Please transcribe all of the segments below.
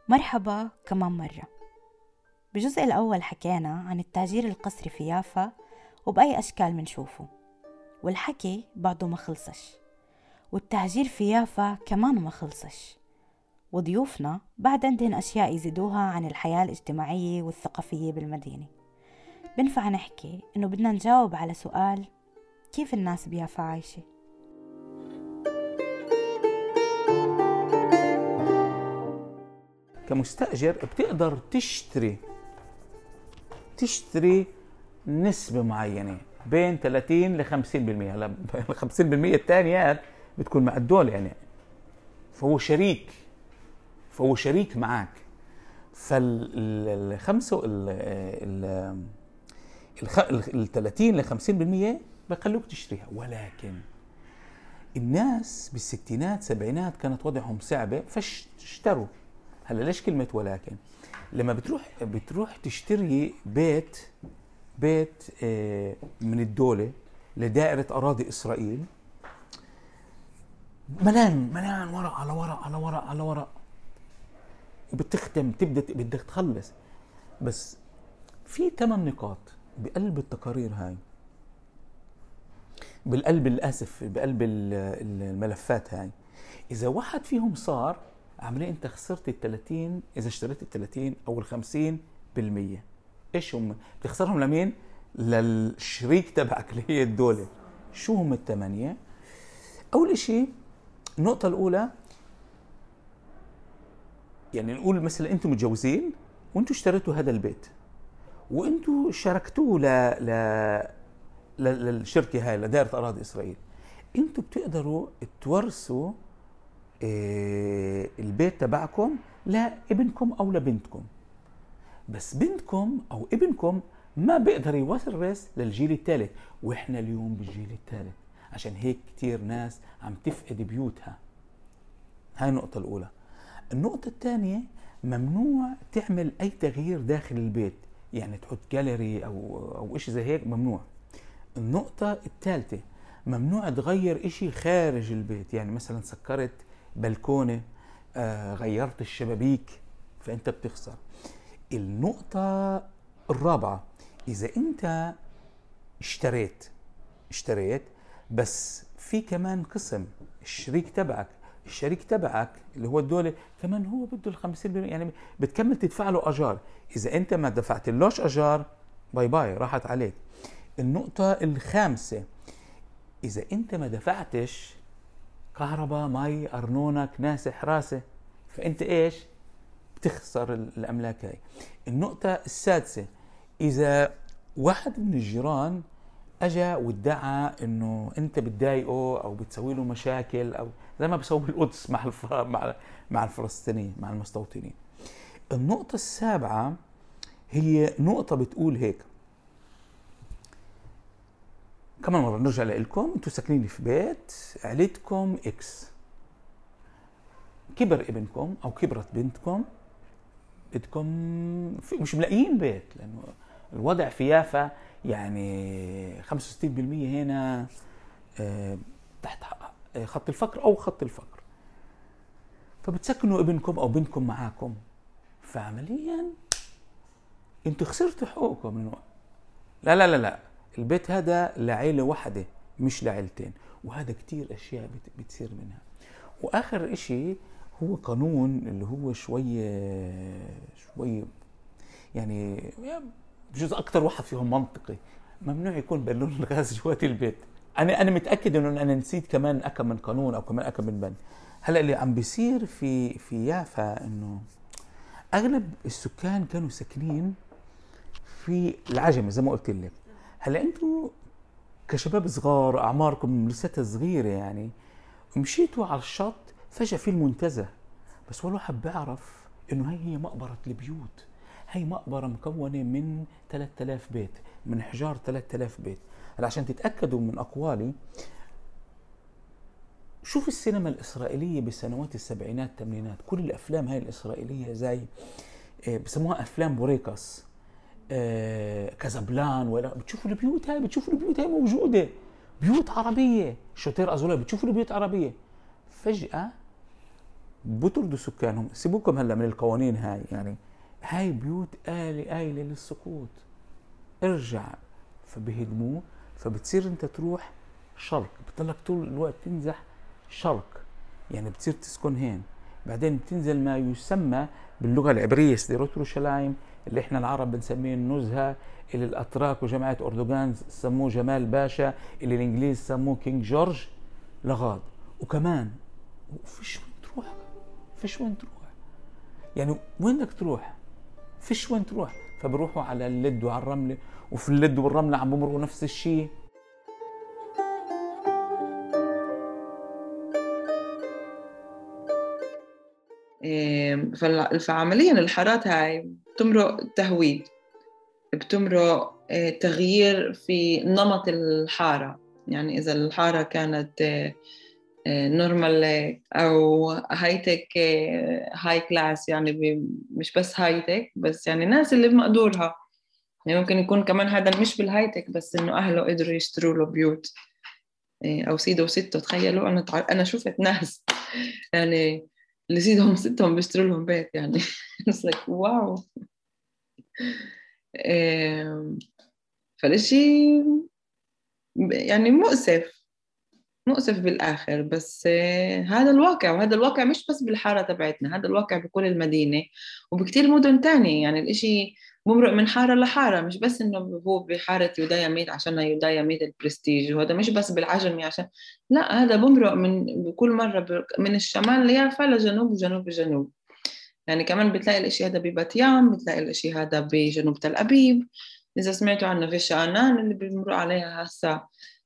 مرحبا كمان مرة. بالجزء الأول حكينا عن التهجير القسري في يافا وبأي أشكال منشوفه، والحكي بعده ما خلصش، والتهجير في يافا كمان ما خلصش، وضيوفنا بعد عندهن أشياء يزيدوها عن الحياة الاجتماعية والثقافية بالمدينة. بنفع نحكي إنه بدنا نجاوب على سؤال: كيف الناس بيافا عايشة؟ كمستأجر بتقدر تشتري نسبة معينة بين 30 ل 50%. هلا ال 50% الثانيات بتكون مع الدولة يعني، فهو شريك معك. فالخمسة ال 30 ل 50% بخلوك تشتريها. ولكن الناس بالستينات سبعينات كانت وضعهم صعبة فاشتروا. هلا ليش كلمة ولكن؟ لما بتروح تشتري بيت من الدولة لدائرة أراضي إسرائيل، ملان ورق على ورق على ورق على ورق، وبتختم بدك تخلص. بس في 8 نقاط بقلب التقارير هاي، بقلب الملفات هاي. إذا واحد فيهم صار عملية انت خسرت ال30. اذا اشتريت ال30 او ال50%، ايش هم بتخسرهم؟ لمين؟ للشريك تبعك اللي هي الدولة. شو هم ال8؟ اول اشي، النقطة الاولى، يعني نقول مثلا انتم متجوزين وانتم اشتريتوا هذا البيت وانتم شاركتوه للشركة هاي لدائرة اراضي اسرائيل، انتم بتقدروا تورثوا البيت تبعكم لابنكم او لبنتكم. بس بنتكم او ابنكم ما بيقدر يورث للجيل الثالث، واحنا اليوم بالجيل الثالث. عشان هيك كتير ناس عم تفقد بيوتها. هاي النقطة الاولى. النقطة الثانية، ممنوع تعمل اي تغيير داخل البيت، يعني تحط جاليري او اشي زي هيك، ممنوع. النقطة الثالثة، ممنوع تغير اشي خارج البيت، يعني مثلا سكرت بلكونة، غيرت الشبابيك، فأنت بتخسر. النقطة الرابعة، إذا أنت اشتريت بس في كمان قسم الشريك تبعك اللي هو الدولة كمان هو بده ال50%، يعني بتكمل تدفع له أجار. إذا أنت ما دفعت لهش أجار، باي باي، راحت عليك. النقطة الخامسة، إذا أنت ما دفعتش كهرباء، مي، أرنونة، كناسة، حراسة، فأنت إيش؟ بتخسر الأملاك هاي. النقطة السادسة، إذا واحد من الجيران أجا وادعى إنه أنت بتضايقه أو بتسوي له مشاكل، أو زي ما بسوي القدس مع الفلسطينيين، مع المستوطنين. النقطة السابعة هي نقطة بتقول هيك، كمان مرة نرجع لكم، انتوا ساكنين في بيت عيلتكم اكس، كبر ابنكم او كبرت بنتكم، بدكم مش ملاقيين بيت، لانه الوضع في يافا يعني 65% هنا تحت خط الفقر او خط الفقر، فبتسكنوا ابنكم او بنتكم معاكم، فعمليا انتوا خسرتوا حقوقكم. لا، البيت هذا لعيلة واحدة مش لعيلتين، وهذا كتير أشياء بتصير منها. وآخر إشي هو قانون اللي هو شوي يعني بجوز أكتر واحد فيهم منطقي، ممنوع يكون بالون الغاز جوات البيت. أنا متأكد إنه أنا نسيت كمان أكم من قانون أو كمان أكم من بند. هلأ اللي عم بيصير في يافا إنه أغلب السكان كانوا ساكنين في العجمة زي ما قلت لك. هلا انتوا كشباب صغار، اعماركم لساتها صغيره، يعني مشيتوا على الشط فجاه في المنتزه، بس ولا واحد بيعرف انه هي مقبره البيوت. هي مقبره مكونه من 3000 بيت، من حجار 3000 بيت. هلا عشان تتاكدوا من اقوالي، شوف السينما الاسرائيليه بسنوات السبعينات الثمانينات، كل الافلام هاي الاسرائيليه زي بسموها افلام بوريكاس، كازابلان، ولا بتشوفوا البيوت هاي موجودة، بيوت عربية. شوتير أزولا بتشوفوا البيوت عربية. فجأة بطردوا سكانهم. سيبوكم هلا من القوانين هاي، يعني هاي بيوت آلة للسقوط. ارجع، فبهدموه، فبتصير انت تروح شرق، بتضلك طول الوقت تنزح شرق، يعني بتصير تسكن هين. بعدين بتنزل ما يسمى باللغة العبرية سديروت يروشلايم، اللي احنا العرب بنسميه النزهة، اللي الاتراك وجماعة اردوغان سموه جمال باشا، اللي الانجليز سموه كينج جورج لغاد. وكمان فيش وين تروح، فيش وين تروح، يعني وين بدك تروح؟ فيش وين تروح. فبروحوا على اللد وعلى الرملة، وفي اللد والرملة عم بمروا نفس الشيء. فعمليا الحارات هاي بتمرق تهويد، بتمرق تغيير في نمط الحارة. يعني إذا الحارة كانت نورمال أو هايتك هاي كلاس، يعني مش بس هايتك بس، يعني الناس اللي بمقدورها. يعني ممكن يكون كمان هذا مش بالهايتك بس إنه أهله قدروا يشتروا له بيوت، أو سيده وسته. تخيلوا أنا شفت ناس يعني اللي سيدهم وستهم بيشتروا لهم بيت يعني. It's like واو. فالشي يعني مؤسف بالآخر، بس هذا الواقع. وهذا الواقع مش بس بالحارة تبعتنا، هذا الواقع بكل المدينة وبكتير مدن تانية. يعني الإشي بمرق من حارة لحارة، مش بس إنه هو بحارة يودايا ميت عشان يودايا ميت البرستيج، وهذا مش بس بالعجمي عشان لا، هذا بمرق من بكل مرة من الشمال ليافا لجنوب وجنوب الجنوب. يعني كمان بتلاقي الإشي هذا بباتيام، بتلاقي الإشي هذا بجنوب تل أبيب، إذا سمعتوا عنه في شانان اللي بيمروا عليها هسا.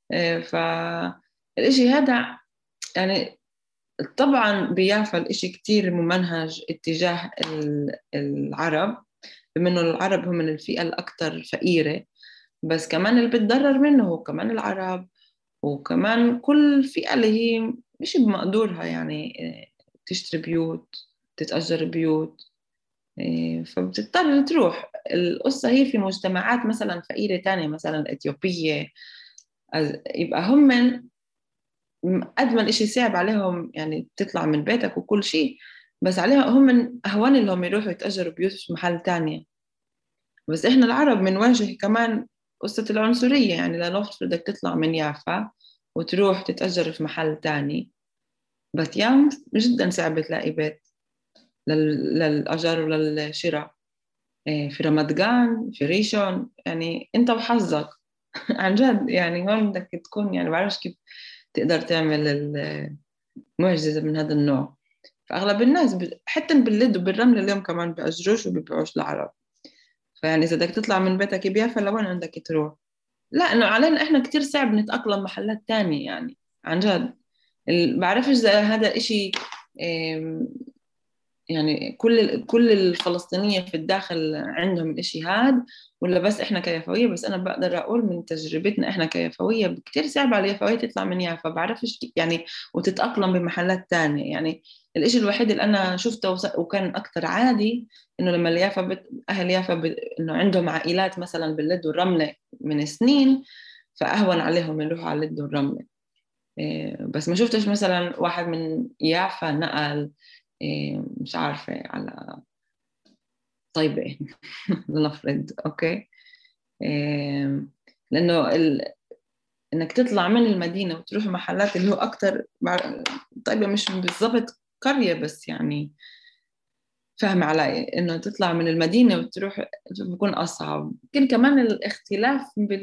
فالإشي هذا يعني طبعا بيافا الإشي كتير ممنهج اتجاه العرب، بما إنه العرب هم من الفئة الأكثر فقيرة، بس كمان اللي بتضرر منه هو كمان العرب، وكمان كل فئة اللي هي مش بمقدورها يعني تشتري بيوت، تتأجر بيوت. فبتضطر تروح. القصة هي في مجتمعات مثلا فقيرة تانية، مثلا إثيوبية، يبقى هم قد ما الإشي صعب عليهم يعني تطلع من بيتك وكل شيء، بس عليهم هم أهون لهم يروحوا يتأجروا بيوت في محل تانية. بس إحنا العرب بنواجه كمان قصة العنصرية. يعني لنفترض بدك تطلع من يافا وتروح تتأجر في محل تاني، بس يام جدا صعب تلاقي بيت للأجار وللشراء. في رمضان، في ريشون، يعني انت وحظك. عن جد يعني هون بدك تكون، يعني بعرفش كيف تقدر تعمل المعجزة من هذا النوع. فأغلب الناس حتى باللد وبالرمل اليوم كمان بأجروش وبيبيعوش العرب. فيعني إذا بدك تطلع من بيتك بيافا لوين عندك تروح؟ لا، إنه علينا إحنا كتير صعب نتأقلم محلات تانية يعني. عن جد بعرفش إذا هذا الإشي يعني كل الفلسطينية في الداخل عندهم الإشي هاد، ولا بس إحنا كيافوية. بس أنا بقدر أقول من تجربتنا إحنا كيافوية كتير صعب على اليافوية تطلع من يافا، بعرفش يعني، وتتأقلم بمحلات تانية. يعني الإشي الوحيد اللي أنا شفته وكان أكتر عادي إنه لما أهل يافا إنه عندهم عائلات مثلا باللد والرملة من سنين، فأهون عليهم يروحوا على اللد والرملة. بس ما شفتش مثلا واحد من يافا نقل مش عارفة على طيبة. لنفرض أوكي. لأنه إنك تطلع من المدينة وتروح محلات اللي هو أكتر طيبة مش بالضبط قرية، بس يعني فاهم علي، إنه تطلع من المدينة وتروح بيكون أصعب. يمكن كمان الاختلاف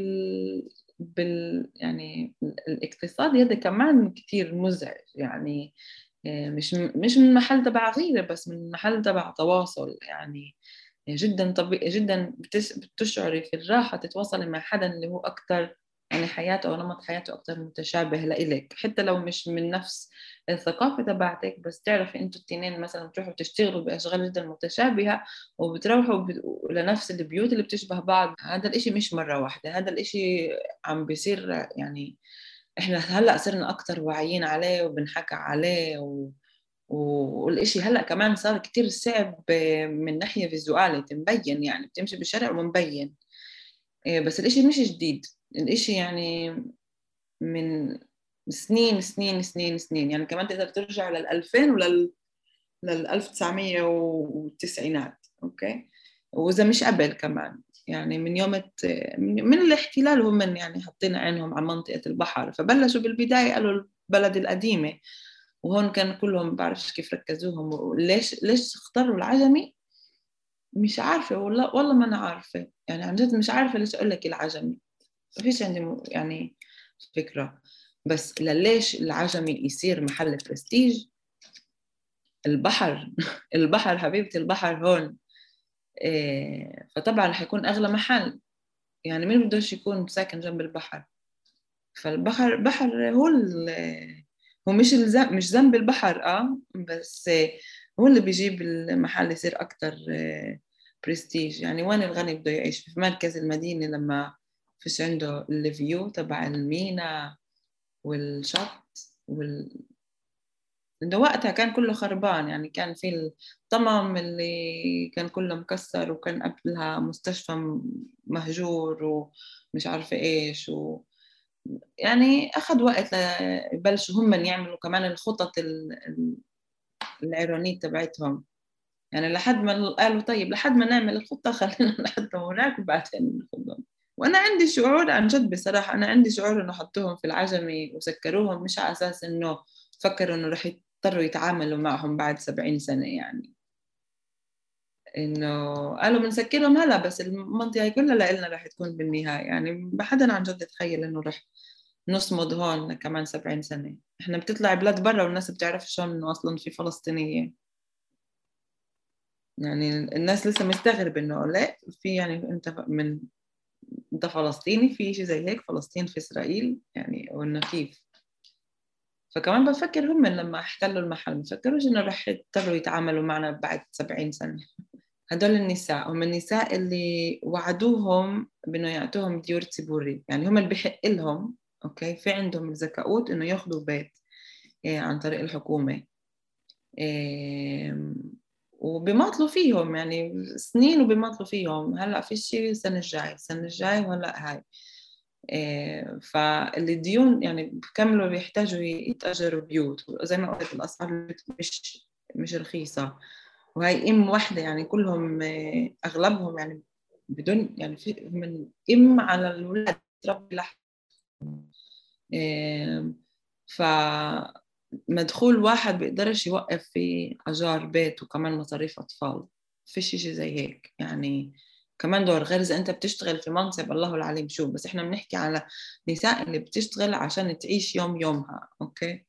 يعني الاقتصادي هذا كمان كتير مزعج يعني. مش من محل تبع غيرة، بس من محل تبع تواصل يعني. جدا طبيعي جدا بتشعري في الراحة تتواصلي مع حدا اللي هو أكتر يعني حياته أو نمط حياته أكتر متشابه لإلك، حتى لو مش من نفس الثقافة تبعتك، بس تعرفي انتوا التنين مثلا بتروحوا تشتغلوا بأشغال جدا متشابهة وبتروحوا لنفس البيوت اللي بتشبه بعض. هذا الاشي مش مرة واحدة، هذا الاشي عم بيصير يعني. احنا هلأ صرنا أكتر واعيين عليه وبنحكى عليه والإشي هلأ كمان صار كتير صعب من ناحية فيزوالية مبين، يعني بتمشي بالشارع ومبين. بس الإشي مش جديد، الإشي يعني من سنين سنين سنين سنين. يعني كمان تقدر ترجع لل2000 لل 1990. اوكي، واذا مش قبل كمان، يعني من يوم من الاحتلال هم يعني حاطين عينهم على منطقة البحر. فبلشوا بالبداية قالوا البلد القديمة، وهون كان كلهم بعرفش كيف ركزوهم. ليش اختاروا العجمي؟ مش عارفة والله ما أنا عارفة، يعني عن جد مش عارفة ليش أقول لك العجمي، ما فيش عندي يعني فكرة. بس ليش العجمي يصير محل برستيج؟ البحر البحر حبيبتي، البحر هون. فطبعا حيكون أغلى محل، يعني مين بدوش يكون ساكن جنب البحر؟ فالبحر بحر هو هو مش ذنب البحر بس هو اللي بيجيب المحل يصير أكتر برستيج. يعني وين الغني بده يعيش؟ في مركز المدينة لما فيش عنده الفيو تبع المينا والشط إنه وقتها كان كله خربان، يعني كان في الطمم اللي كان كله مكسر، وكان قبلها مستشفى مهجور ومش عارفة إيش يعني أخذ وقت ليبلشوا هم يعملوا كمان الخطط العيرانية تبعتهم. يعني لحد ما قالوا طيب لحد ما نعمل الخطة خلينا نحطهم هناك وبعدين ناخذهم. وأنا عندي شعور عن جد بصراحة، أنا عندي شعور إنه حطوهم في العجمي وسكروهم مش على أساس إنه فكروا إنه رح يضطروا يتعاملوا معهم بعد 70 سنة. يعني إنه قالوا بنسكرهم هلا بس المنطقة كلها لنا رح تكون بالنهاية. يعني ما حدا عن جد يتخيل إنه رح نصمد هون كمان 70 سنة. إحنا بتطلع بلاد برا والناس بتعرف شلون إنه أصلا في فلسطينية. يعني الناس لسه مستغرب إنه لا في، يعني أنت فلسطيني في شيء زي هيك، فلسطين في إسرائيل يعني، وإنه كيف. فكمان بفكر هم لما احتلوا المحل ما فكروش إنه رح يضطروا يتعاملوا معنا بعد 70 سنة. هدول النساء هم النساء اللي وعدوهم بإنه يعطوهم ديور ציבורי، يعني هم اللي بحق لهم أوكي في عندهم الزكاوت إنه ياخذوا بيت عن طريق الحكومة. وبيماطلوا فيهم يعني سنين، وبيماطلوا فيهم. هلا في شيء السنة الجاي وهلا هاي. فالديون يعني بكملوا بيحتاجوا يتأجروا بيوت، وزي ما قلت الأسعار مش رخيصة. وهي ام واحده، يعني كلهم اغلبهم يعني بدون يعني في من ام على الاولاد تربي لحم. فمدخول واحد بيقدرش يوقف في اجار بيت وكمان مصاريف اطفال. فيش شيء زي هيك يعني. كمان دور غير اذا انت بتشتغل في منصب الله العليم شو، بس احنا بنحكي على نساء اللي بتشتغل عشان تعيش يوم يومها. اوكي،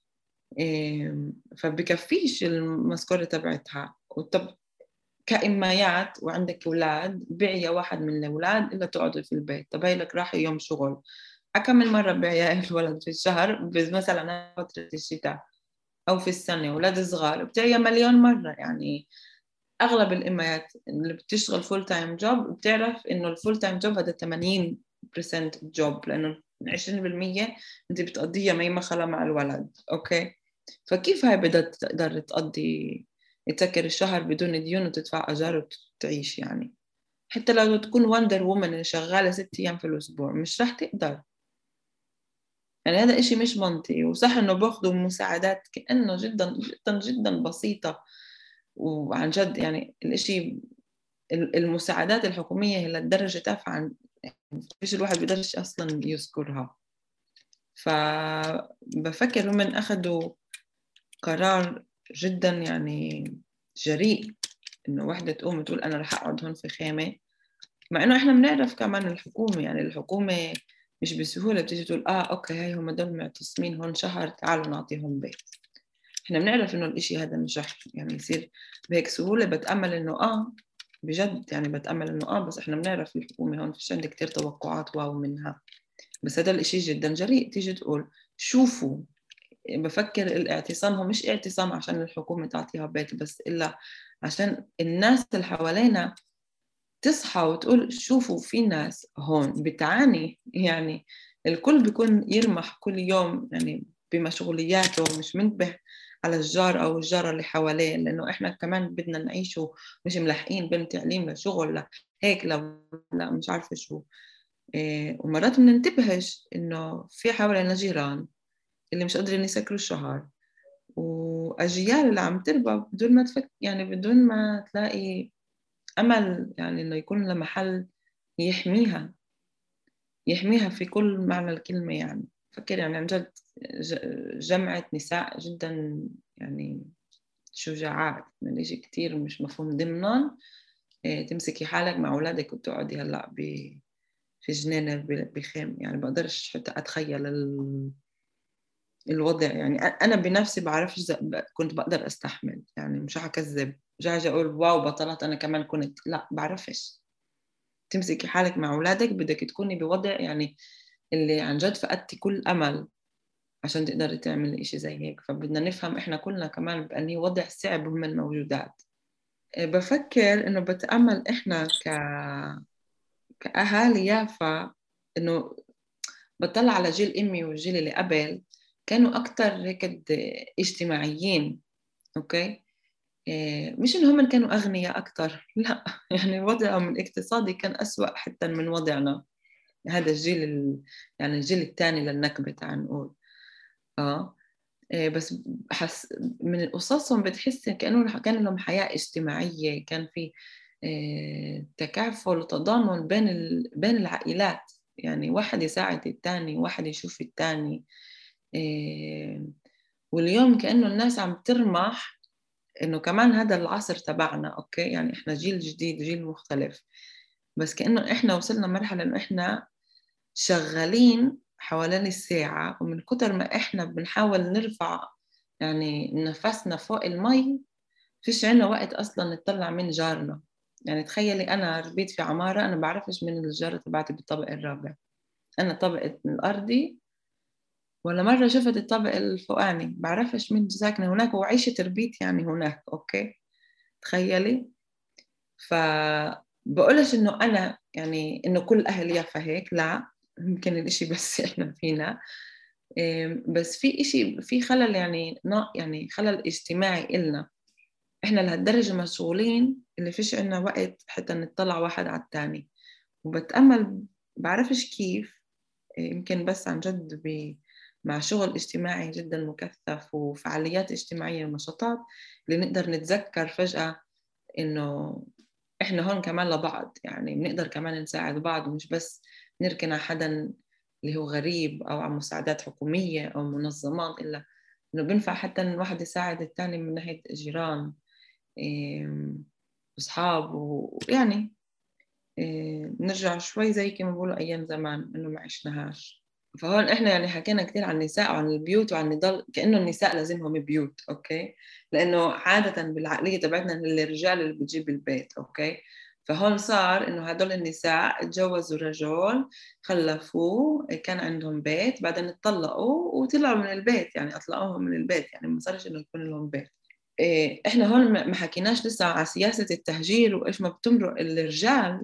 فبكفيش المسكورة تبعتها. وطب كإميات وعندك أولاد، بيعي واحد من الأولاد إلا تقعدي في البيت. طب هي لك راح يوم شغل، كم من مرة بيعي الولد في الشهر؟ مثلا فترة الشتاء أو في السنة أولاد صغار بتعيا مليون مرة. يعني أغلب الإميات اللي بتشتغل فول تايم جوب بتعرف إنه الفول تايم جوب هذا 80% جوب، لأنه 20% أنت بتقضيها مي خلا مع الولد. أوكي، فكيف هاي بدها تقدر تقضي تسكر الشهر بدون ديون وتدفع أجار وتعيش؟ يعني حتى لو تكون وندر وومن اللي شغالة 6 أيام في الأسبوع مش رح تقدر. يعني هذا إشي مش منطقي. وصح إنه باخدوا مساعدات كأنه جدا جدا جدا بسيطة، وعن جد يعني الإشي المساعدات الحكومية هي للدرجة تافهة عن فيش الواحد بيقدرش أصلا يذكرها. فبفكر هم أخذوا قرار جدا يعني جريء، إنه واحدة تقوم تقول أنا رح أقعد هون في خيمة. مع إنه إحنا بنعرف كمان الحكومة، يعني الحكومة مش بسهولة بتيجي تقول أوكي هاي هم دول معتصمين هون شهر تعالوا نعطيهم بيت. إحنا بنعرف إنه الإشي هذا مش رح يعني يصير بهيك سهولة. بتأمل إنه بجد يعني بتأمل إنه بس إحنا بنعرف الحكومة هون فيش عندي كتير توقعات واو منها. بس هذا الإشي جدا جريء تيجي تقول شوفوا. بفكر الاعتصام هو مش اعتصام عشان الحكومة تعطيها بيت بس، إلا عشان الناس اللي حوالينا تصحى وتقول شوفوا في ناس هون بتعاني. يعني الكل بيكون يرمح كل يوم يعني بمشغولياته، مش منتبه على الجار أو الجارة اللي حواليه، لأنه إحنا كمان بدنا نعيش ومش ملحقين بين تعليم لشغل هيك لا مش عارفة شو. ومرات بننتبهش إنه في حوالينا جيران اللي مش قادرين يسكروا الشهر، وأجيال اللي عم تربى بدون ما يعني بدون ما تلاقي أمل، يعني إنه يكون لها محل يحميها في كل معنى الكلمة. يعني فكر يعني عن جد جمعة نساء جدا يعني شجاعات، من إشي كتير مش مفهوم ضمنهم. تمسكي حالك مع أولادك وتقعدي هلأ في جنينة بخيم، يعني بقدرش حتى أتخيل الوضع. يعني أنا بنفسي بعرفش كنت بقدر أستحمل، يعني مش هكذب جاي أقول واو بطلت أنا كمان كنت، لا بعرفش. تمسكي حالك مع أولادك بدك تكوني بوضع يعني اللي عن جد فقدتي كل أمل عشان تقدري تعملي إشي زي هيك. فبدنا نفهم إحنا كلنا كمان بأني وضع صعب هم الموجودات. بفكر إنه بتأمل إحنا كأهالي يافا، إنه بطلع على جيل أمي والجيل اللي قبل كانوا أكتر هيك اجتماعيين. أوكي، مش إنهم كانوا أغنياء أكتر، لا يعني وضعهم الاقتصادي كان أسوأ حتى من وضعنا. هذا الجيل يعني الجيل الثاني للنكبة تعال نقول. بس من قصصهم بتحس كأنه كان لهم حياة اجتماعية، كان في تكافل وتضامن بين العائلات، يعني واحد يساعد الثاني، واحد يشوف الثاني. واليوم كأنه الناس عم ترمح إنه كمان هذا العصر تبعنا. أوكي، يعني إحنا جيل جديد، جيل مختلف، بس كأنه إحنا وصلنا مرحلة إنه إحنا شغالين حوالين الساعة، ومن كتر ما إحنا بنحاول نرفع يعني نفسنا فوق المي فيش عنا وقت أصلا نطلع من جارنا. يعني تخيلي أنا ربيت في عمارة، أنا بعرفش من الجارة تبعتي بالطابق الرابع، أنا طبقة الأرضي ولا مرة شفت الطابق الفوقاني، بعرفش مين ساكنة هناك وعيشة تربيت يعني هناك. أوكي تخيلي. فبقولش إنه أنا يعني إنه كل أهل يافا هيك، لا، يمكن الإشي بس إحنا فينا. بس في إشي في خلل، يعني خلل اجتماعي إلنا إحنا لهالدرجة مشغولين اللي فيش عنا وقت حتى نطلع واحد على التاني. وبتأمل بعرفش كيف، يمكن بس عن جد مع شغل اجتماعي جدا مكثف وفعاليات اجتماعية ونشاطات اللي نقدر نتذكر فجأة إنه إحنا هون كمان لبعض، يعني بنقدر كمان نساعد بعض، ومش بس نركن على حدا اللي هو غريب أو على مساعدات حكومية أو منظمات، إلا إنه بنفع حتى إن الواحد يساعد التاني من ناحية جيران، أصحاب، ويعني نرجع شوي زي كما بقولوا أيام زمان إنه ما عشناهاش. فهون إحنا يعني حكينا كتير عن النساء وعن البيوت وعن النضال، كأنه النساء لازمهم بيوت. أوكي، لأنه عادة بالعقلية تبعتنا الرجال اللي بتجيب البيت. أوكي، فهون صار إنه هدول النساء اتجوزوا رجل، خلفوه، كان عندهم بيت، بعدين اتطلقوا وطلعوا من البيت، يعني أطلقوهم من البيت، يعني ما صارش إنه يكون لهم بيت. إحنا هون ما حكيناش لسه على سياسة التهجير وإيش ما بتمرق الرجال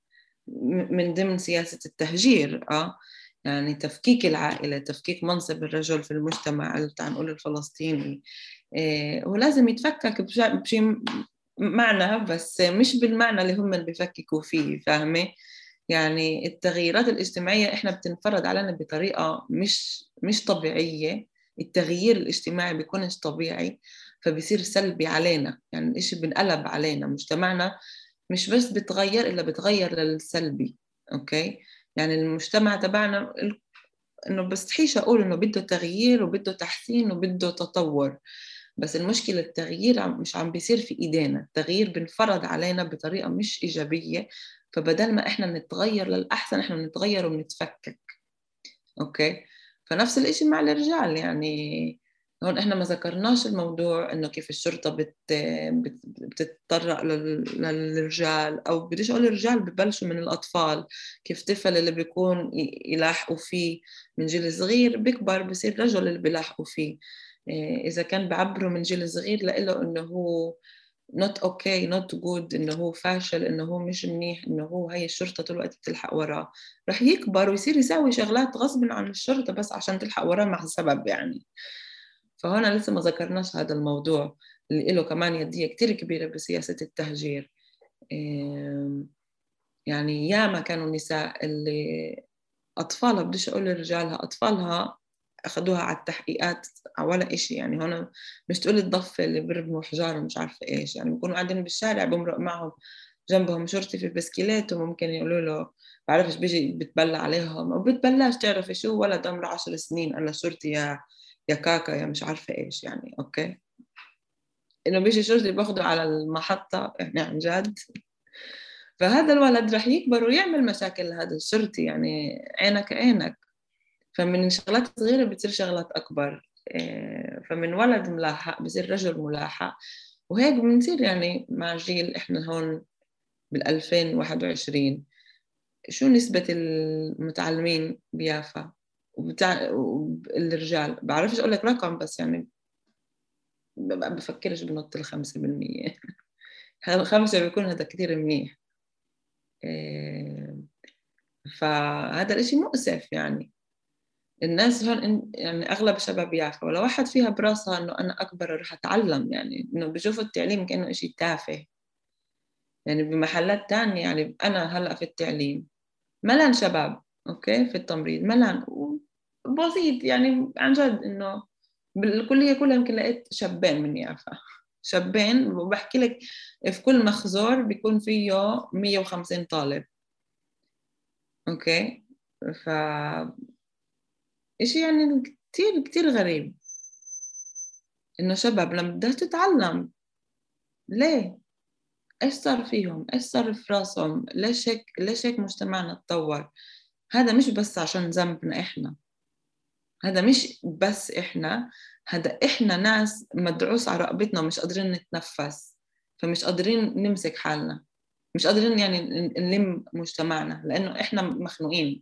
من ضمن سياسة التهجير. يعني تفكيك العائلة، تفكيك منصب الرجل في المجتمع تعال نقول الفلسطيني. هو لازم يتفكك بشيء معنى، بس مش بالمعنى اللي هم اللي بيفككوا فيه، فاهمة؟ يعني التغييرات الاجتماعية إحنا بتنفرض علينا بطريقة مش طبيعية. التغيير الاجتماعي بيكونش طبيعي فبيصير سلبي علينا، يعني الإشي بنقلب علينا، مجتمعنا مش بس بتغير إلا بتغير للسلبي. أوكي، يعني المجتمع تبعنا إنه بستحيش أقول إنه بده تغيير وبده تحسين وبده تطور، بس المشكلة التغيير مش عم بيصير في إيدينا، التغيير بنفرض علينا بطريقة مش إيجابية، فبدل ما إحنا نتغير للأحسن إحنا نتغير ونتفكك. أوكي، فنفس الإشي مع الرجال. يعني هون إحنا ما ذكرناش الموضوع إنه كيف الشرطة بتتطرق للرجال، أو بديش أقول الرجال، ببلشوا من الأطفال، كيف طفل اللي بيكون يلاحقوا فيه من جيل صغير بيكبر بصير رجل اللي بيلاحقوا فيه. إذا كان بعبره من جيل صغير لإله إنه هو not okay not good، إنه هو فاشل، إنه هو مش منيح، إنه هو هاي الشرطة طول الوقت بتلحق وراه، رح يكبر ويصير يساوي شغلات غصب عن الشرطة بس عشان تلحق وراه مع سبب. يعني فهنا لسه ما ذكرناش هذا الموضوع اللي له كمان يدية كتير كبيرة بسياسة التهجير. يعني ياما كانوا النساء اللي أطفالها، بديش أقول رجالها، أطفالها أخذوها على التحقيقات ولا إشي. يعني هون مش تقولي الضفة اللي بيرموا حجار ومش عارفة إيش، يعني بيكونوا قاعدين بالشارع بمرق معهم جنبهم شرطي في بسكيلات وممكن يقولوا له بعرفش بيجي بتبلى عليهم أو بتبلاش تعرفي شو، ولد عمره 10 سنين أنا شرطي يا كاكا يا مش عارفة إيش يعني. أوكي إنه بيجي شرطي باخده على المحطة يعني عن جد. فهذا الولد رح يكبر ويعمل مشاكل لهذا الشرطي، يعني عينك عينك. فمن شغلات صغيرة بتصير شغلات أكبر. فمن ولد ملاحق بصير رجل ملاحق، وهيك بنصير يعني مع جيل. إحنا هون بال2021 شو نسبة المتعلمين بيافا الرجال؟ بعرفش أقول لك رقم، بس يعني بفكرش بنط 5%. 5 بيكون هذا كتير منيح. فهذا الاشي مؤسف. يعني الناس هون يعني أغلب شباب يافا ولا واحد فيها براسها إنه أنا أكبر رح أتعلم، يعني إنه بيشوفوا التعليم كأنه إشي تافه. يعني بمحلات تانية، يعني أنا هلأ في التعليم ملان شباب، أوكي، في التمريض ملان بسيط يعني عن جد. إنه بالكلية كلها يمكن لقيت شابين من يافا، شابين. وبحكي لك في كل مخزور بيكون فيه 150 طالب. أوكي، ف إشي يعني كتير كتير غريب إنه شباب لما بدها تتعلم ليه؟ إيش صار فيهم؟ إيش صار في راسهم؟ ليش هيك مجتمعنا تطور؟ هذا مش بس عشان ذنبنا إحنا، هذا مش بس إحنا، هذا إحنا ناس مدعوس على رقبتنا ومش قادرين نتنفس، فمش قادرين نمسك حالنا، مش قادرين يعني نلم مجتمعنا لأنه إحنا مخنوقين.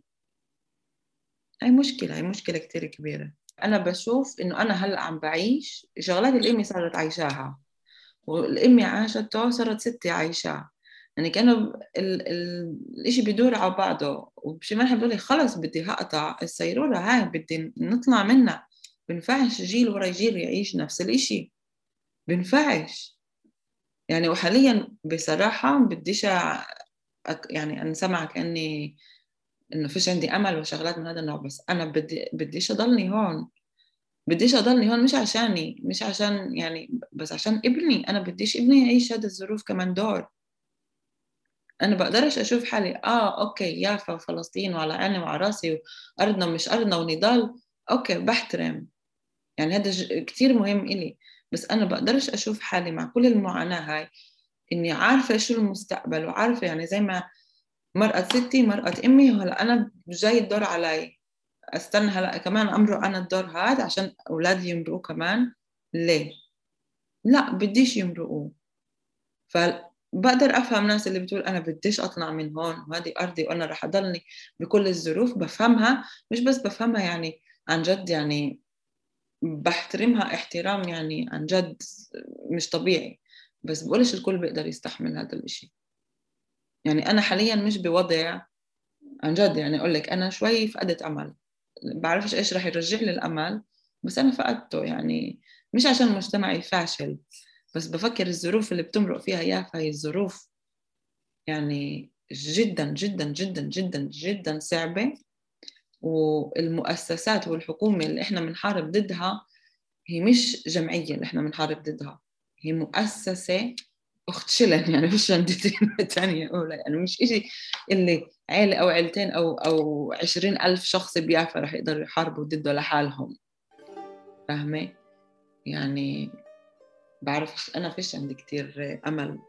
هاي مشكلة كتير كبيرة. أنا بشوف إنه أنا هلأ عم بعيش شغلات الأمي صارت عايشاها، والأمي عاشته صارت ستي عايشاه. يعني كانوا الإشي بيدور على بعضه. وبشي مرحلة بقول لي خلص بدي هقطع السيرورة هاي، بدي نطلع منها. بنفعش جيل ورا جيل يعيش نفس الإشي، بنفعش يعني. وحاليا بصراحة بديش يعني أنا سمعك إنه فيش عندي أمل وشغلات من هذا النوع، بس أنا بديش أضلني هون. بديش أضلني هون مش عشاني، مش عشان يعني، بس عشان ابني. أنا بديش ابني يعيش هذا الظروف كمان دور. أنا بقدرش أشوف حالي أوكي يافا وفلسطين وعلى عيني وعلى راسي وأرضنا مش أرضنا ونضال، أوكي بحترم يعني هذا كتير مهم إلي. بس أنا بقدرش أشوف حالي مع كل المعاناة هاي إني عارفة شو المستقبل، وعارفة يعني زي ما مرقت ستي مرقت أمي، وهلا أنا جاي الدور علي استنى هلا كمان امرق انا الدور هذا عشان اولادي يمرقوا كمان؟ ليه؟ لا بديش يمرقوا. فبقدر افهم ناس اللي بتقول انا بديش اطلع من هون وهذه ارضي وانا رح اضلني بكل الظروف. بفهمها، مش بس بفهمها يعني عن جد، يعني بحترمها احترام يعني عن جد مش طبيعي. بس بقولش الكل بيقدر يستحمل هذا الاشي. يعني انا حاليا مش بوضع عن جد، يعني اقول لك انا شوي فقدت امل. بعرفش ايش رح يرجع لي الامل، بس انا فقدته. يعني مش عشان مجتمعي فاشل، بس بفكر الظروف اللي بتمرق فيها يافا هي الظروف يعني جدا جدا جدا جدا جدا صعبة. والمؤسسات والحكومة اللي احنا بنحارب ضدها هي مش جمعية اللي احنا بنحارب ضدها، هي مؤسسة أخت شلن. يعني مش عندي تانية أولى، يعني مش إشي اللي عيلة أو عيلتين أو 20,000 شخص بيافا رح يقدروا يحاربوا ضده لحالهم. فاهمة؟ يعني بعرف أنا فيش عندي كتير أمل.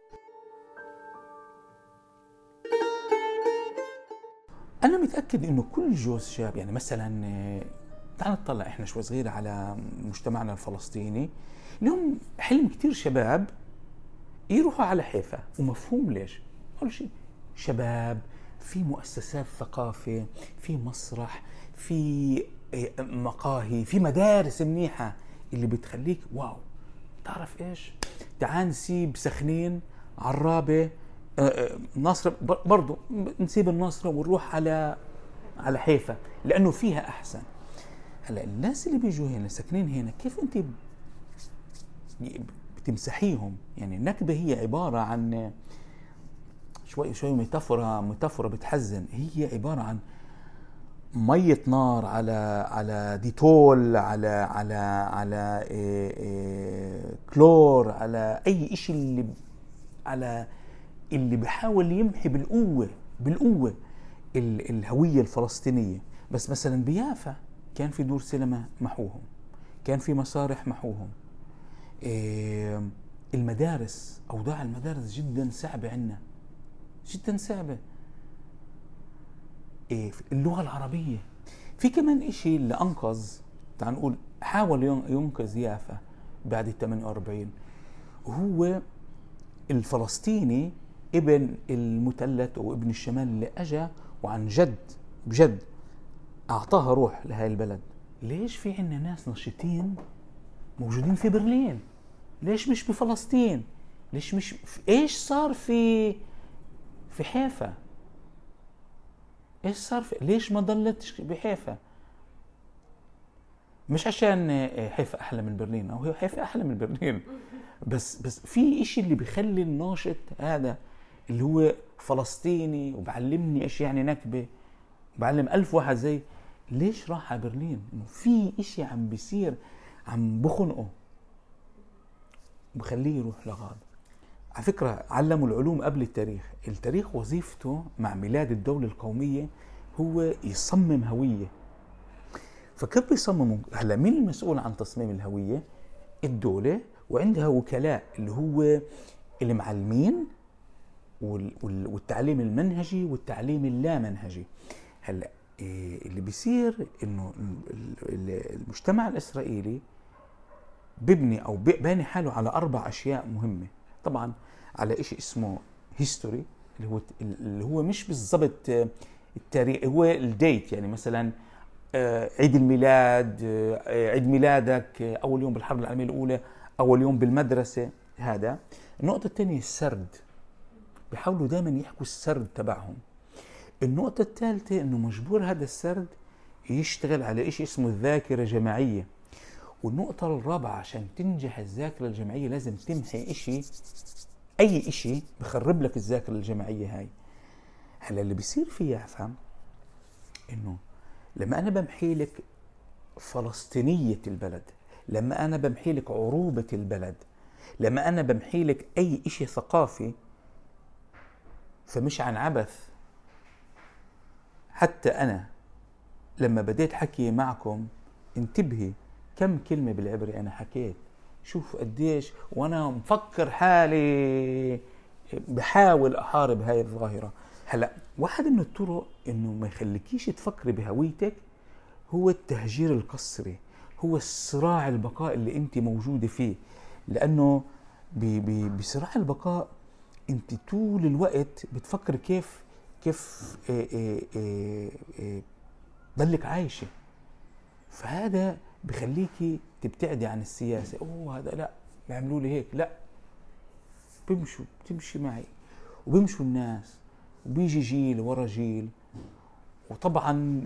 أنا متأكد إنه كل جوز شاب، يعني مثلا تعال نطلع إحنا شوي صغيرة على مجتمعنا الفلسطيني، اليوم حلم كتير شباب يروحوا على حيفا. ومفهوم ليش؟ أول شيء شباب، في مؤسسات ثقافة، في مسرح، في مقاهي، في مدارس منيحة اللي بتخليك واو. تعرف إيش؟ تعال نسيب سخنين، عرابة، ناصرة، برضو نسيب الناصرة ونروح على حيفا لأنه فيها أحسن. هلا الناس اللي بيجوا هنا ساكنين هنا كيف أنت بتمسحيهم؟ يعني النكبة هي عبارة عن شوي ميتافورة بتحزن. هي عبارة عن مية نار، على ديتول، على كلور، على اي اشي على اللي بيحاول يمحي بالقوة الهوية الفلسطينية. بس مثلا بيافا كان في دور سينما محوهم، كان في مسارح محوهم. المدارس، أوضاع المدارس جدا صعبة عنا، جدا صعبة. اللغة العربية. في كمان إشي اللي أنقذ، تعال نقول حاول ينقذ يافا بعد 48، وهو الفلسطيني ابن المثلث أو ابن الشمال اللي أجا وعن جد بجد أعطاها روح لهاي البلد. ليش في عنا ناس نشيطين موجودين في برلين؟ ليش مش بفلسطين؟ ليش مش ايش صار في حيفا؟ ايش صار ليش ما ضلتش بحيفا؟ مش عشان حيفا احلى من برلين، او هي حيفا احلى من برلين، بس في اشي اللي بيخلي الناشط هذا اللي هو فلسطيني وبعلمني ايش يعني نكبة، بعلم 1000 واحد زي، ليش راح على برلين؟ انه في اشي عم بيصير عم بخنقه بخليه يروح لغاد. على فكرة علموا العلوم قبل التاريخ. التاريخ وظيفته مع ميلاد الدولة القومية هو يصمم هوية. فكيف بيصمموا؟ هلا مين المسؤول عن تصميم الهوية؟ الدولة، وعندها وكلاء اللي هو المعلمين والتعليم المنهجي والتعليم اللامنهجي. هلا اللي بيصير انه المجتمع الاسرائيلي ببني او باني حاله على 4 أشياء مهمة. طبعا على إشي اسمه هيستوري، اللي هو مش بالضبط التاريخ، هو الديت، يعني مثلا عيد الميلاد، عيد ميلادك، اول يوم بالحرب العالمية الأولى، اول يوم بالمدرسة. هذا. النقطة الثانية السرد، بيحاولوا دائما يحكوا السرد تبعهم. النقطة الثالثة انه مجبور هذا السرد يشتغل على إشي اسمه الذاكرة الجماعية. والنقطة الرابعة، عشان تنجح الذاكرة الجماعية لازم تمحي إشي، أي إشي بخرب لك الذاكرة الجماعية هاي. هلا اللي بيصير في يافا إنه لما أنا بمحي لك فلسطينية البلد، لما أنا بمحي لك عروبة البلد، لما أنا بمحي لك أي إشي ثقافي، فمش عن عبث. حتى أنا لما بديت حكي معكم انتبهي كم كلمة بالعبري أنا حكيت، شوف قديش وأنا مفكر حالي بحاول أحارب هاي الظاهرة. هلأ واحد من الطرق إنه ما يخليكيش تفكري بهويتك هو التهجير القسري، هو الصراع البقاء اللي أنت موجودة فيه. لأنه بصراع البقاء أنت طول الوقت بتفكر كيف ضلك عايشة. فهذا بخليكي تبتعدي عن السياسة. هذا لا، بيعملوا لي هيك، لا، بتمشي معي، وبيمشوا الناس، وبيجي جيل ورا جيل. وطبعا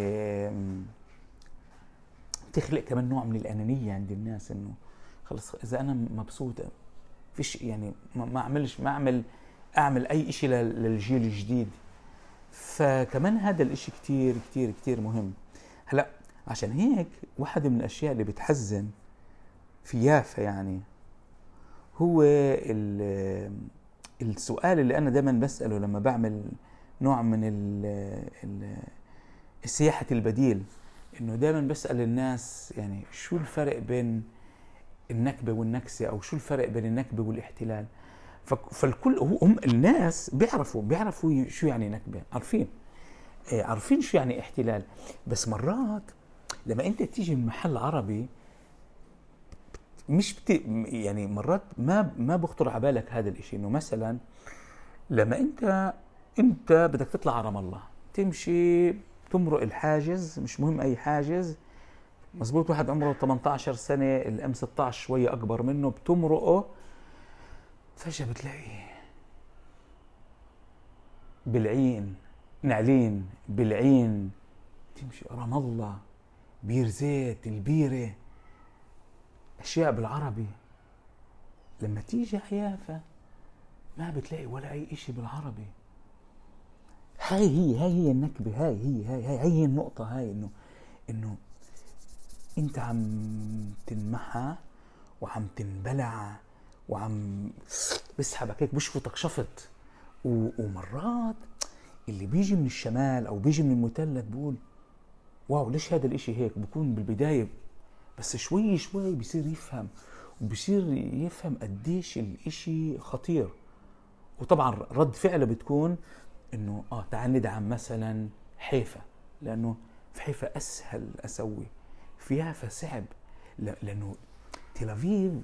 تخلق كمان نوع من الأنانية عند الناس، انه خلص اذا انا مبسوط فيش، يعني ما اعمل اي اشي للجيل الجديد. فكمان هذا الاشي كتير كتير كتير مهم. هلأ عشان هيك واحدة من الأشياء اللي بتحزن في يافا يعني هو السؤال اللي أنا دايما بسأله لما بعمل نوع من السياحة البديل، إنه دايما بسأل الناس يعني شو الفرق بين النكبة والنكسة، أو شو الفرق بين النكبة والاحتلال. فالكل هم الناس بيعرفوا شو يعني نكبة، عارفين شو يعني احتلال. بس مرات لما انت تيجي من محل عربي مش يعني مرات ما بخطر على بالك هذا الاشي، انه مثلا لما انت بدك تطلع على رام الله، تمشي تمرق الحاجز، مش مهم اي حاجز، مزبوط، واحد عمره 18 سنة، الام 16 شوية اكبر منه، بتمرقه، فجأة بتلاقي بالعين نعلين، بالعين تمشي رام الله، بير زيت، البيرة، أشياء بالعربي. لما تيجي حيافا ما بتلاقي ولا أي إشي بالعربي. هاي هي النكبة، هي النقطة، هاي إنه أنت عم تنمحى وعم تنبلع وعم بسحبك هيك، بشفطك شفط. ومرات اللي بيجي من الشمال أو بيجي من المثلث بقول واو ليش هذا الاشي هيك، بكون بالبداية بس شوي شوي بيصير يفهم، وبيصير يفهم قديش الاشي خطير. وطبعا رد فعله بتكون انه تعال ندعم مثلا حيفا، لانه في حيفا اسهل اسوي، في يافا صعب، لانه تل أبيب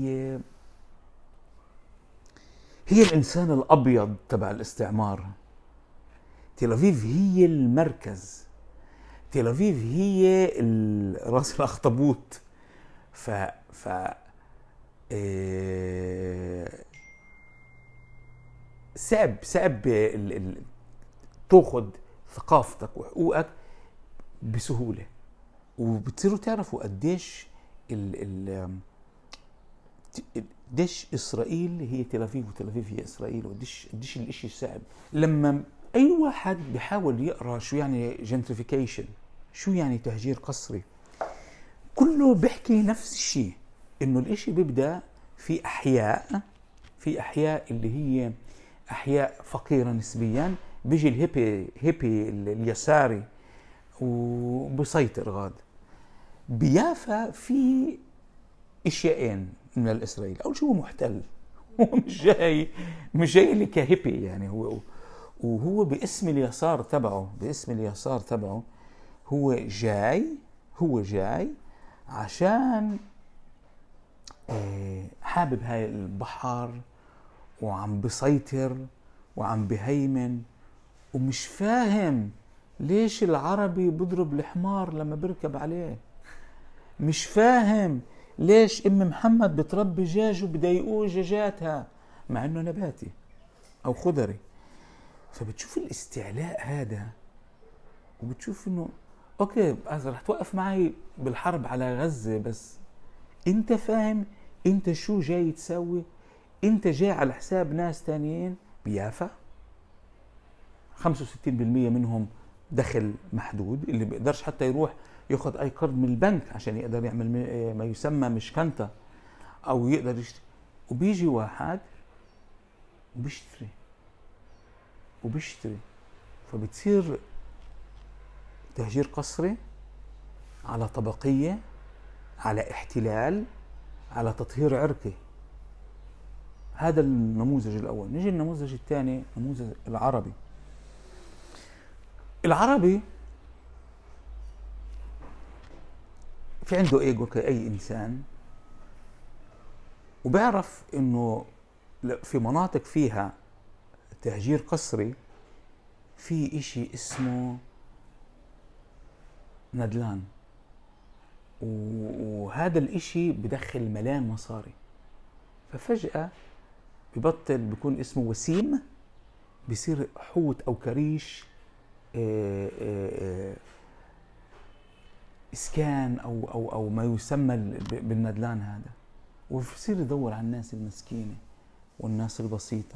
هي الانسان الابيض تبع الاستعمار. تل أبيب هي المركز، تل أبيب هي راس الاخطبوط. ف صعب تاخذ ثقافتك وحقوقك بسهوله. وبتصيروا تعرفوا قديش قديش اسرائيل هي تل أبيب وتل أبيب هي اسرائيل، وقديش الاشي صعب. لما اي واحد بيحاول يقرا شو يعني جنتريفيكيشن، شو يعني تهجير قسري، كله بيحكي نفس الشيء، انه الاشي بيبدا في احياء اللي هي احياء فقيره نسبيا، بيجي الهيبي اليساري وبسيطر غاد. بيافا في اشياءين من الاسرائيل. اول شيء هو محتل، هو مش جاي اللي كهيبي يعني، وهو باسم اليسار تبعه هو جاي عشان حابب هاي البحر وعم بسيطر وعم بهيمن، ومش فاهم ليش العربي بضرب الحمار لما بركب عليه، مش فاهم ليش ام محمد بتربي دجاج وبضايقوه دجاجاتها مع انه نباتي او خضري. فبتشوف الاستعلاء هذا، وبتشوف انه اوكي رح توقف معي بالحرب على غزة، بس انت فاهم انت شو جاي تسوي؟ انت جاي على حساب ناس تانيين. بيافا 65% منهم دخل محدود، اللي بيقدرش حتى يروح ياخد اي قرض من البنك عشان يقدر يعمل ما يسمى مشكنته او يقدر يشتري. وبيجي واحد وبيشتري، فبتصير تهجير قسري على طبقية، على احتلال، على تطهير عرقي. هذا النموذج الأول. نيجي النموذج الثاني، نموذج العربي في عنده ايجو كأي إنسان، وبيعرف إنه في مناطق فيها تهجير قسري في إشي اسمه ندلان، وهذا الإشي بدخل ملان مصاري. ففجأة بيكون اسمه وسيم، بيصير حوت أو كريش إسكان أو ما يسمى بالندلان هذا، وبصير يدور على الناس المسكينة والناس البسيطة،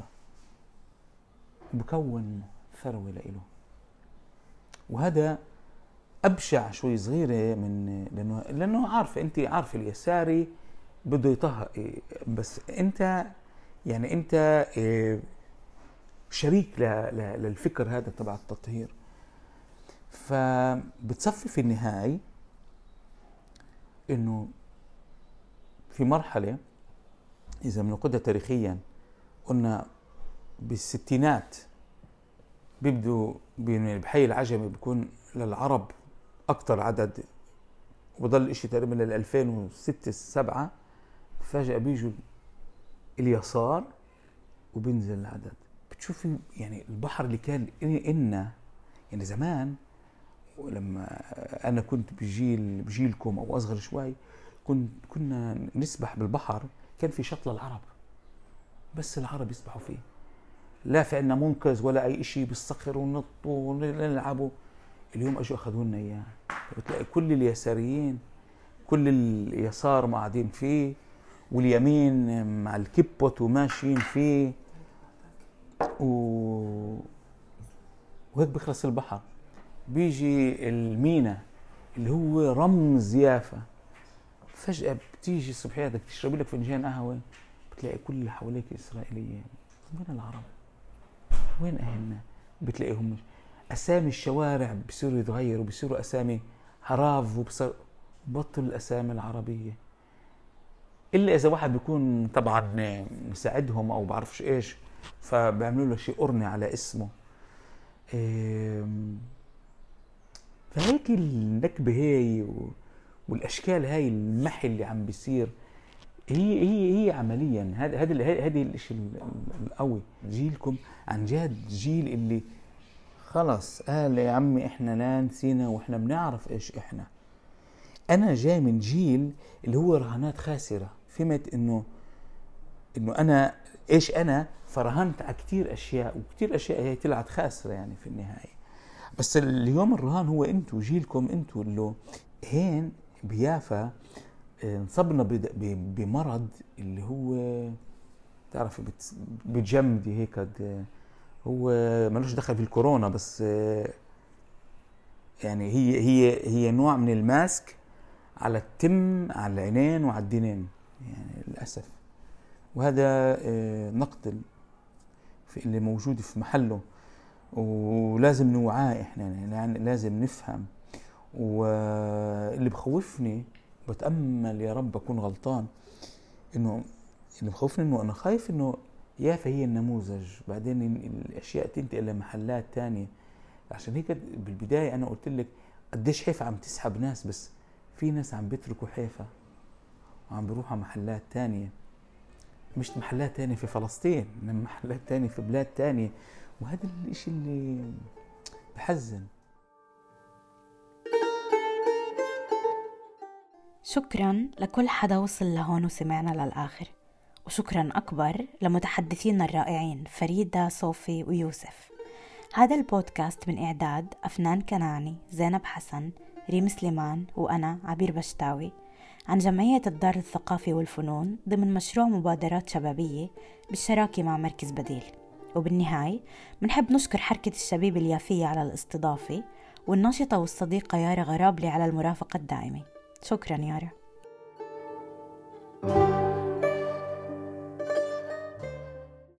بكون ثروة لإله. وهذا أبشع شوي صغيرة من لأنه أنت عارفة اليساري بده يطهق، بس أنت شريك للفكر هذا تبع التطهير. فبتصفي في النهاية إنه في مرحلة إذا بناخدها تاريخيا، قلنا بالستينات بيبدوا بحي العجمي بيكون للعرب أكتر عدد، وبضل الإشي تقريبا لل 2006-2007. فجأة بيجوا اليسار وبينزل العدد. بتشوفي يعني البحر اللي كان يعني زمان، ولما أنا كنت بجيلكم أو أصغر شوي، كنا نسبح بالبحر، كان في شط للعرب بس العرب يسبحوا فيه، لا في عنا منقذ ولا أي إشي بالصخر ونطوا ونلعبوا. اليوم أجوا أخذوا لنا إياه. بتلاقي كل اليساريين، كل اليسار ما قاعدين فيه، واليمين مع الكبوت وماشيين فيه، وهيك بيخلص البحر. بيجي المينا اللي هو رمز يافا، فجأة بتيجي الصبحية بدك تشربي لك فنجان قهوة بتلاقي كل اللي حواليك إسرائيلية. وين العرب؟ وين أهلنا؟ بتلاقيهم أسامي الشوارع بصيروا يتغيروا، بصيروا أسامي عراف، بطل الأسامي العربية إلا إذا واحد بيكون طبعا مساعدهم أو بعرفش إيش، فبيعملوا له شيء قرني على اسمه. فهيك النكبة هاي والأشكال هاي المحل اللي عم بيصير هي عمليا هذه الاشي القوي. جيلكم عن جد جيل اللي خلص قال يا عمي احنا لا نسينا واحنا بنعرف ايش احنا. انا جاي من جيل اللي هو رهانات خاسرة، فهمت انه انا ايش انا فرهنت على كتير اشياء، وكتير اشياء هي طلعت خاسرة يعني في النهاية. بس اليوم الرهان هو انتو جيلكم، انتو اللي هين بيافا انصبنا بمرض اللي هو تعرف بتجمدي هيك، هو ملوش دخل في الكورونا، بس يعني هي نوع من الماسك على التم، على العينين وعلى الدينين يعني للأسف. وهذا نقد في اللي موجود في محله، ولازم نوعاه احنا يعني لازم نفهم. واللي بخوفني بتأمل يا رب أكون غلطان، إنه اللي بخوفني إنه أنا خايف إنه يافا هي النموذج، بعدين الأشياء تنتقل لمحلات تانية. عشان هيك بالبداية أنا قلت لك قديش حيفا عم تسحب ناس، بس في ناس عم بيتركوا حيفا وعم بيروحوا محلات تانية، مش محلات تانية في فلسطين، من محلات تانية في بلاد تانية. وهذا الاشي اللي بحزن. شكرا لكل حدا وصل لهون وسمعنا للآخر، وشكرا أكبر لمتحدثينا الرائعين فريدة، صوفي ويوسف. هذا البودكاست من إعداد أفنان كناني، زينب حسن، ريم سليمان، وأنا عبير بشتاوي، عن جمعية الدار الثقافي والفنون ضمن مشروع مبادرات شبابية بالشراكة مع مركز بديل. وبالنهاية منحب نشكر حركة الشبيب اليافية على الاستضافة، والناشطة والصديقة يارا غرابلي على المرافقة الدائمة. شكرا يارا.